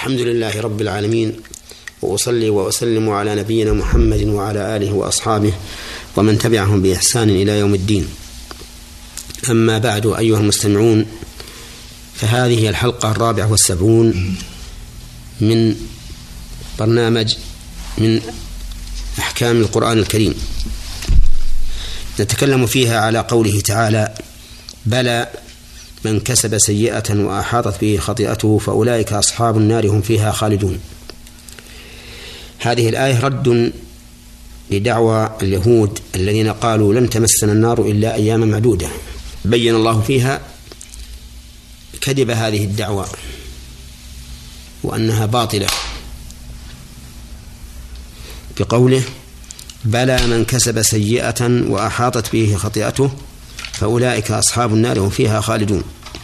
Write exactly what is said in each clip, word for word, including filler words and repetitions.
الحمد لله رب العالمين، وأصلي وأسلم على نبينا محمد وعلى آله وأصحابه ومن تبعهم بإحسان إلى يوم الدين. أما بعد، أيها المستمعون، فهذه هي الحلقة الرابعة والسبعون من برنامج من أحكام القرآن الكريم، نتكلم فيها على قوله تعالى: بلى من كسب سيئة وأحاطت به خطيئته فأولئك أصحاب النار هم فيها خالدون. هذه الآية رد لدعوى اليهود الذين قالوا لن تمسنا النار إلا أياما معدودة. بين الله فيها كذب هذه الدعوى وأنها باطلة بقوله: بلى من كسب سيئة وأحاطت به خطيئته فأولئك أصحاب النار هم فيها خالدون.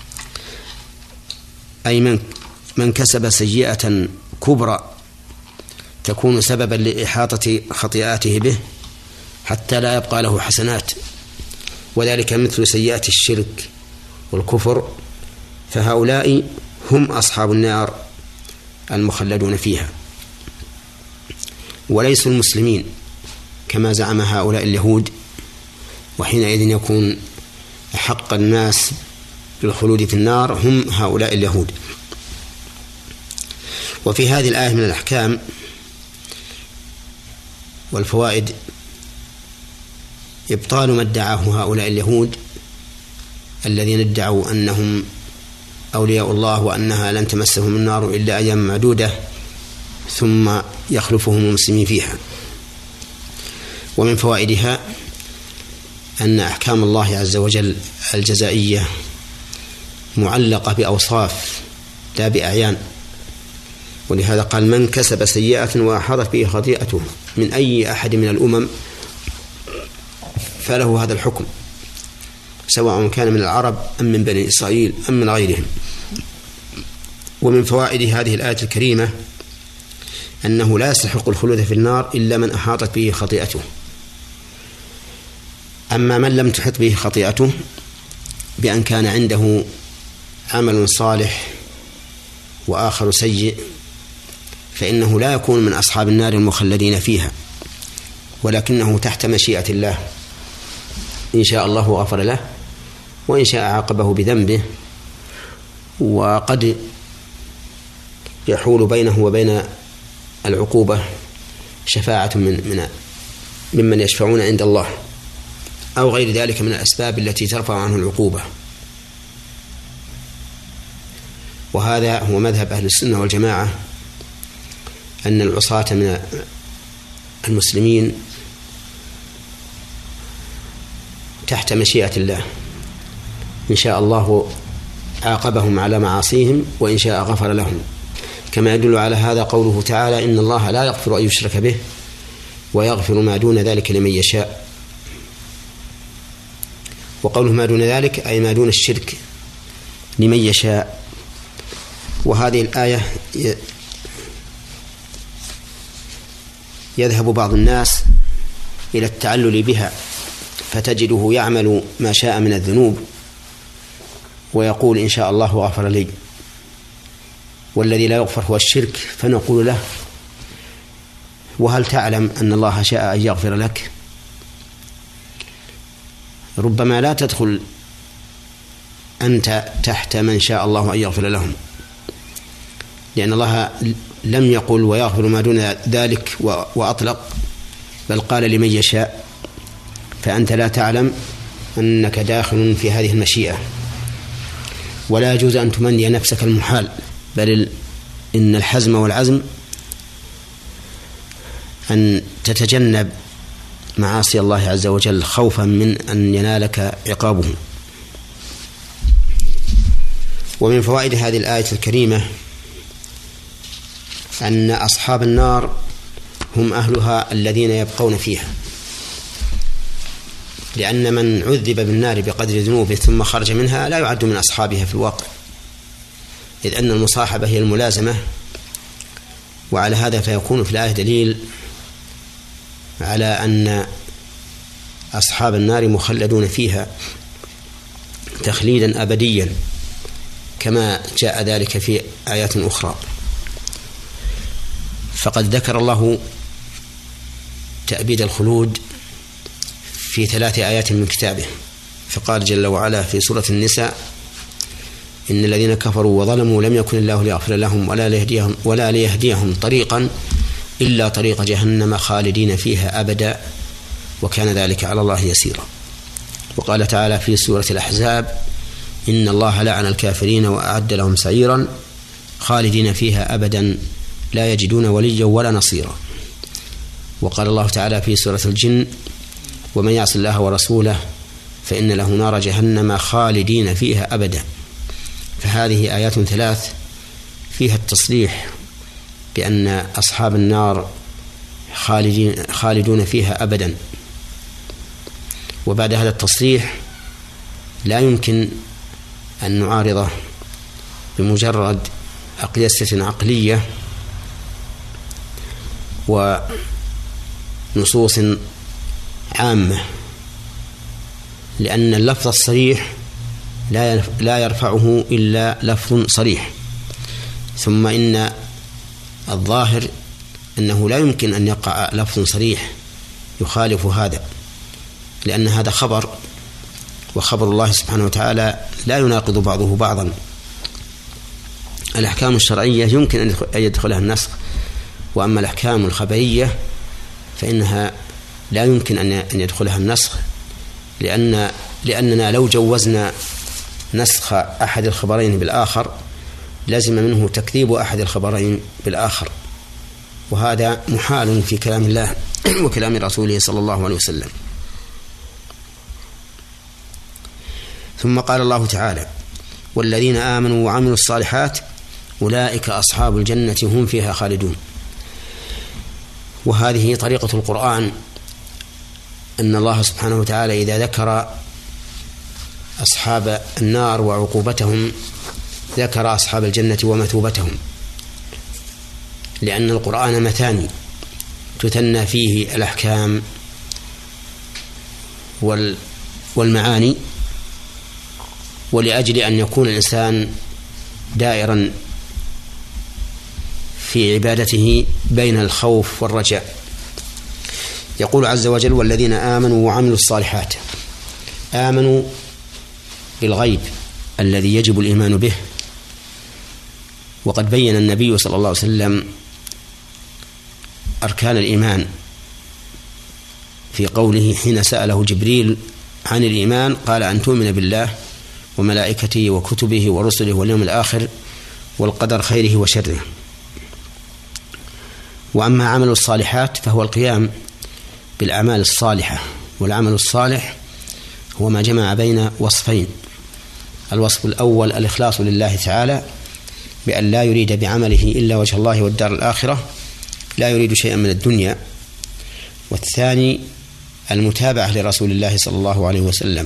أي من من كسب سيئة كبرى تكون سببا لإحاطة خطيئاته به حتى لا يبقى له حسنات، وذلك مثل سيئة الشرك والكفر، فهؤلاء هم أصحاب النار المخلدون فيها، وليسوا المسلمين كما زعم هؤلاء اليهود، وحينئذ يكون حق الناس بالخلود في النار هم هؤلاء اليهود. وفي هذه الآية من الأحكام والفوائد إبطال ما ادعاه هؤلاء اليهود الذين ادعوا أنهم أولياء الله وأنها لن تمسهم النار إلا أيام معدودة ثم يخلفهم المسلمين فيها. ومن فوائدها أن أحكام الله عز وجل الجزائية معلقة بأوصاف لا بأعيان، ولهذا قال: من كسب سيئة وأحاطت به خطيئته من أي أحد من الأمم فله هذا الحكم، سواء كان من العرب أم من بني إسرائيل أم من غيرهم. ومن فوائد هذه الآية الكريمة أنه لا يستحق الخلود في النار إلا من أحاطت به خطيئته. أما من لم تحط به خطيئته بأن كان عنده عمل صالح وآخر سيء فإنه لا يكون من أصحاب النار المخلدين فيها، ولكنه تحت مشيئة الله، إن شاء الله غفر له وإن شاء عاقبه بذنبه، وقد يحول بينه وبين العقوبة شفاعة من من ممن يشفعون عند الله أو غير ذلك من الأسباب التي ترفع عنه العقوبة. وهذا هو مذهب أهل السنة والجماعة، أن العصاة من المسلمين تحت مشيئة الله، إن شاء الله عاقبهم على معاصيهم وإن شاء غفر لهم، كما يدل على هذا قوله تعالى: إن الله لا يغفر أن يشرك به ويغفر ما دون ذلك لمن يشاء. وقوله ما دون ذلك أي ما دون الشرك لمن يشاء. وهذه الآية يذهب بعض الناس إلى التعلل بها، فتجده يعمل ما شاء من الذنوب ويقول: إن شاء الله غفر لي، والذي لا يغفر هو الشرك، فنقول له: وهل تعلم أن الله شاء أن يغفر لك؟ ربما لا تدخل أنت تحت من شاء الله أن يغفر لهم، لأن الله لم يقل ويغفر ما دون ذلك وأطلق، بل قال لمن يشاء، فأنت لا تعلم أنك داخل في هذه المشيئة. ولا يجوز أن تمني نفسك المحال، بل إن الحزم والعزم أن تتجنب معاصي الله عز وجل خوفا من أن ينالك عقابه. ومن فوائد هذه الآية الكريمة أن أصحاب النار هم أهلها الذين يبقون فيها، لأن من عذب بالنار بقدر ذنوبه ثم خرج منها لا يعد من أصحابها في الواقع، إذ أن المصاحبة هي الملازمة. وعلى هذا فيكون في الآية دليل على أن أصحاب النار مخلدون فيها تخليدا أبديا، كما جاء ذلك في آيات أخرى. فقد ذكر الله تأبيد الخلود في ثلاث آيات من كتابه، فقال جل وعلا في سورة النساء: إن الذين كفروا وظلموا لم يكن الله ليغفر لهم ولا ليهديهم, ولا ليهديهم طريقا إلا طريق جهنم خالدين فيها أبدا وكان ذلك على الله يسيرا. وقال تعالى في سورة الأحزاب: إن الله لعن الكافرين وأعد لهم سعيرا خالدين فيها أبدا لا يجدون وليا ولا نصيرا. وقال الله تعالى في سورة الجن: ومن يعص الله ورسوله فإن له نار جهنم خالدين فيها أبدا. فهذه آيات ثلاث فيها التصريح بأن أصحاب النار خالدين خالدون فيها أبدا. وبعد هذا التصريح لا يمكن أن نعارضه بمجرد أقيسة عقلية ونصوص عامة، لأن اللفظ الصريح لا يرفعه إلا لفظ صريح. ثم إن الظاهر أنه لا يمكن أن يقع لفظ صريح يخالف هذا، لأن هذا خبر، وخبر الله سبحانه وتعالى لا يناقض بعضه بعضا. الأحكام الشرعية يمكن أن يدخلها النسخ، وأما الأحكام الخبرية فإنها لا يمكن أن يدخلها النسخ، لأن لأننا لو جوزنا نسخ أحد الخبرين بالآخر لازم منه تكذيب أحد الخبرين بالآخر، وهذا محال في كلام الله وكلام رسوله صلى الله عليه وسلم. ثم قال الله تعالى: والذين آمنوا وعملوا الصالحات أولئك أصحاب الجنة هم فيها خالدون. وهذه طريقة القرآن، أن الله سبحانه وتعالى إذا ذكر أصحاب النار وعقوبتهم ذكر أصحاب الجنة ومثوبتهم، لأن القرآن مثاني تثنى فيه الأحكام والمعاني، ولأجل أن يكون الإنسان دائرا في عبادته بين الخوف والرجاء. يقول عز وجل: والذين آمنوا وعملوا الصالحات. آمنوا بالغيب الذي يجب الإيمان به، وقد بين النبي صلى الله عليه وسلم أركان الإيمان في قوله حين سأله جبريل عن الإيمان قال: أن تؤمن بالله وملائكته وكتبه ورسله واليوم الآخر والقدر خيره وشره. وأما عمل الصالحات فهو القيام بالأعمال الصالحة، والعمل الصالح هو ما جمع بين وصفين: الوصف الأول الإخلاص لله تعالى بأن لا يريد بعمله إلا وجه الله والدار الآخرة، لا يريد شيئا من الدنيا. والثاني المتابعة لرسول الله صلى الله عليه وسلم،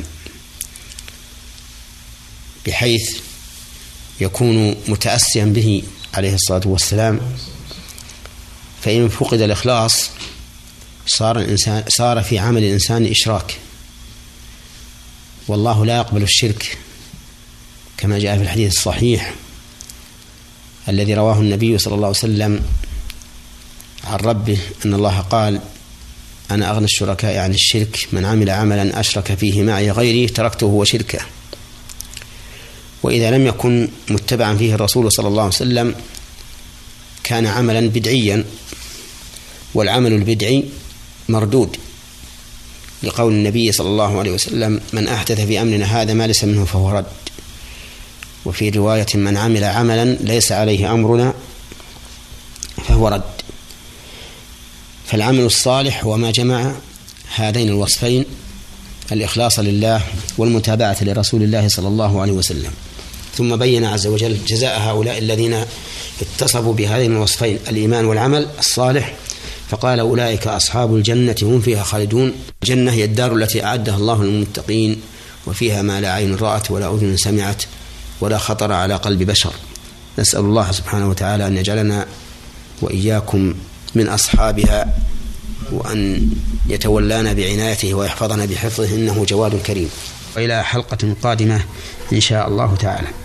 بحيث يكون متأسيا به عليه الصلاة والسلام. فإن فقد الإخلاص صار الإنسان صار في عمل الإنسان إشراك، والله لا يقبل الشرك، كما جاء في الحديث الصحيح الذي رواه النبي صلى الله عليه وسلم عن ربه أن الله قال: أنا أغنى الشركاء عن الشرك، من عمل عملا أشرك فيه معي غيري تركته وشركه. وإذا لم يكن متبعا فيه الرسول صلى الله عليه وسلم كان عملا بدعيا، والعمل البدعي مردود، لقول النبي صلى الله عليه وسلم: من أحدث في أمرنا هذا ما ليس منه فهو رد. وفي رواية: من عمل عملا ليس عليه أمرنا فهو رد. فالعمل الصالح هو ما جمع هذين الوصفين: الإخلاص لله والمتابعة لرسول الله صلى الله عليه وسلم. ثم بين عز وجل جزاء هؤلاء الذين اتصفوا بهذين الوصفين: الإيمان والعمل الصالح، فقال: أولئك أصحاب الجنة هم فيها خالدون. الجنة هي الدار التي أعدها الله للمتقين، وفيها ما لا عين رأت ولا أذن سمعت ولا خطر على قلب بشر. نسأل الله سبحانه وتعالى أن يجعلنا وإياكم من أصحابها، وأن يتولانا بعنايته ويحفظنا بحفظه، إنه جواد كريم. وإلى حلقة قادمة إن شاء الله تعالى.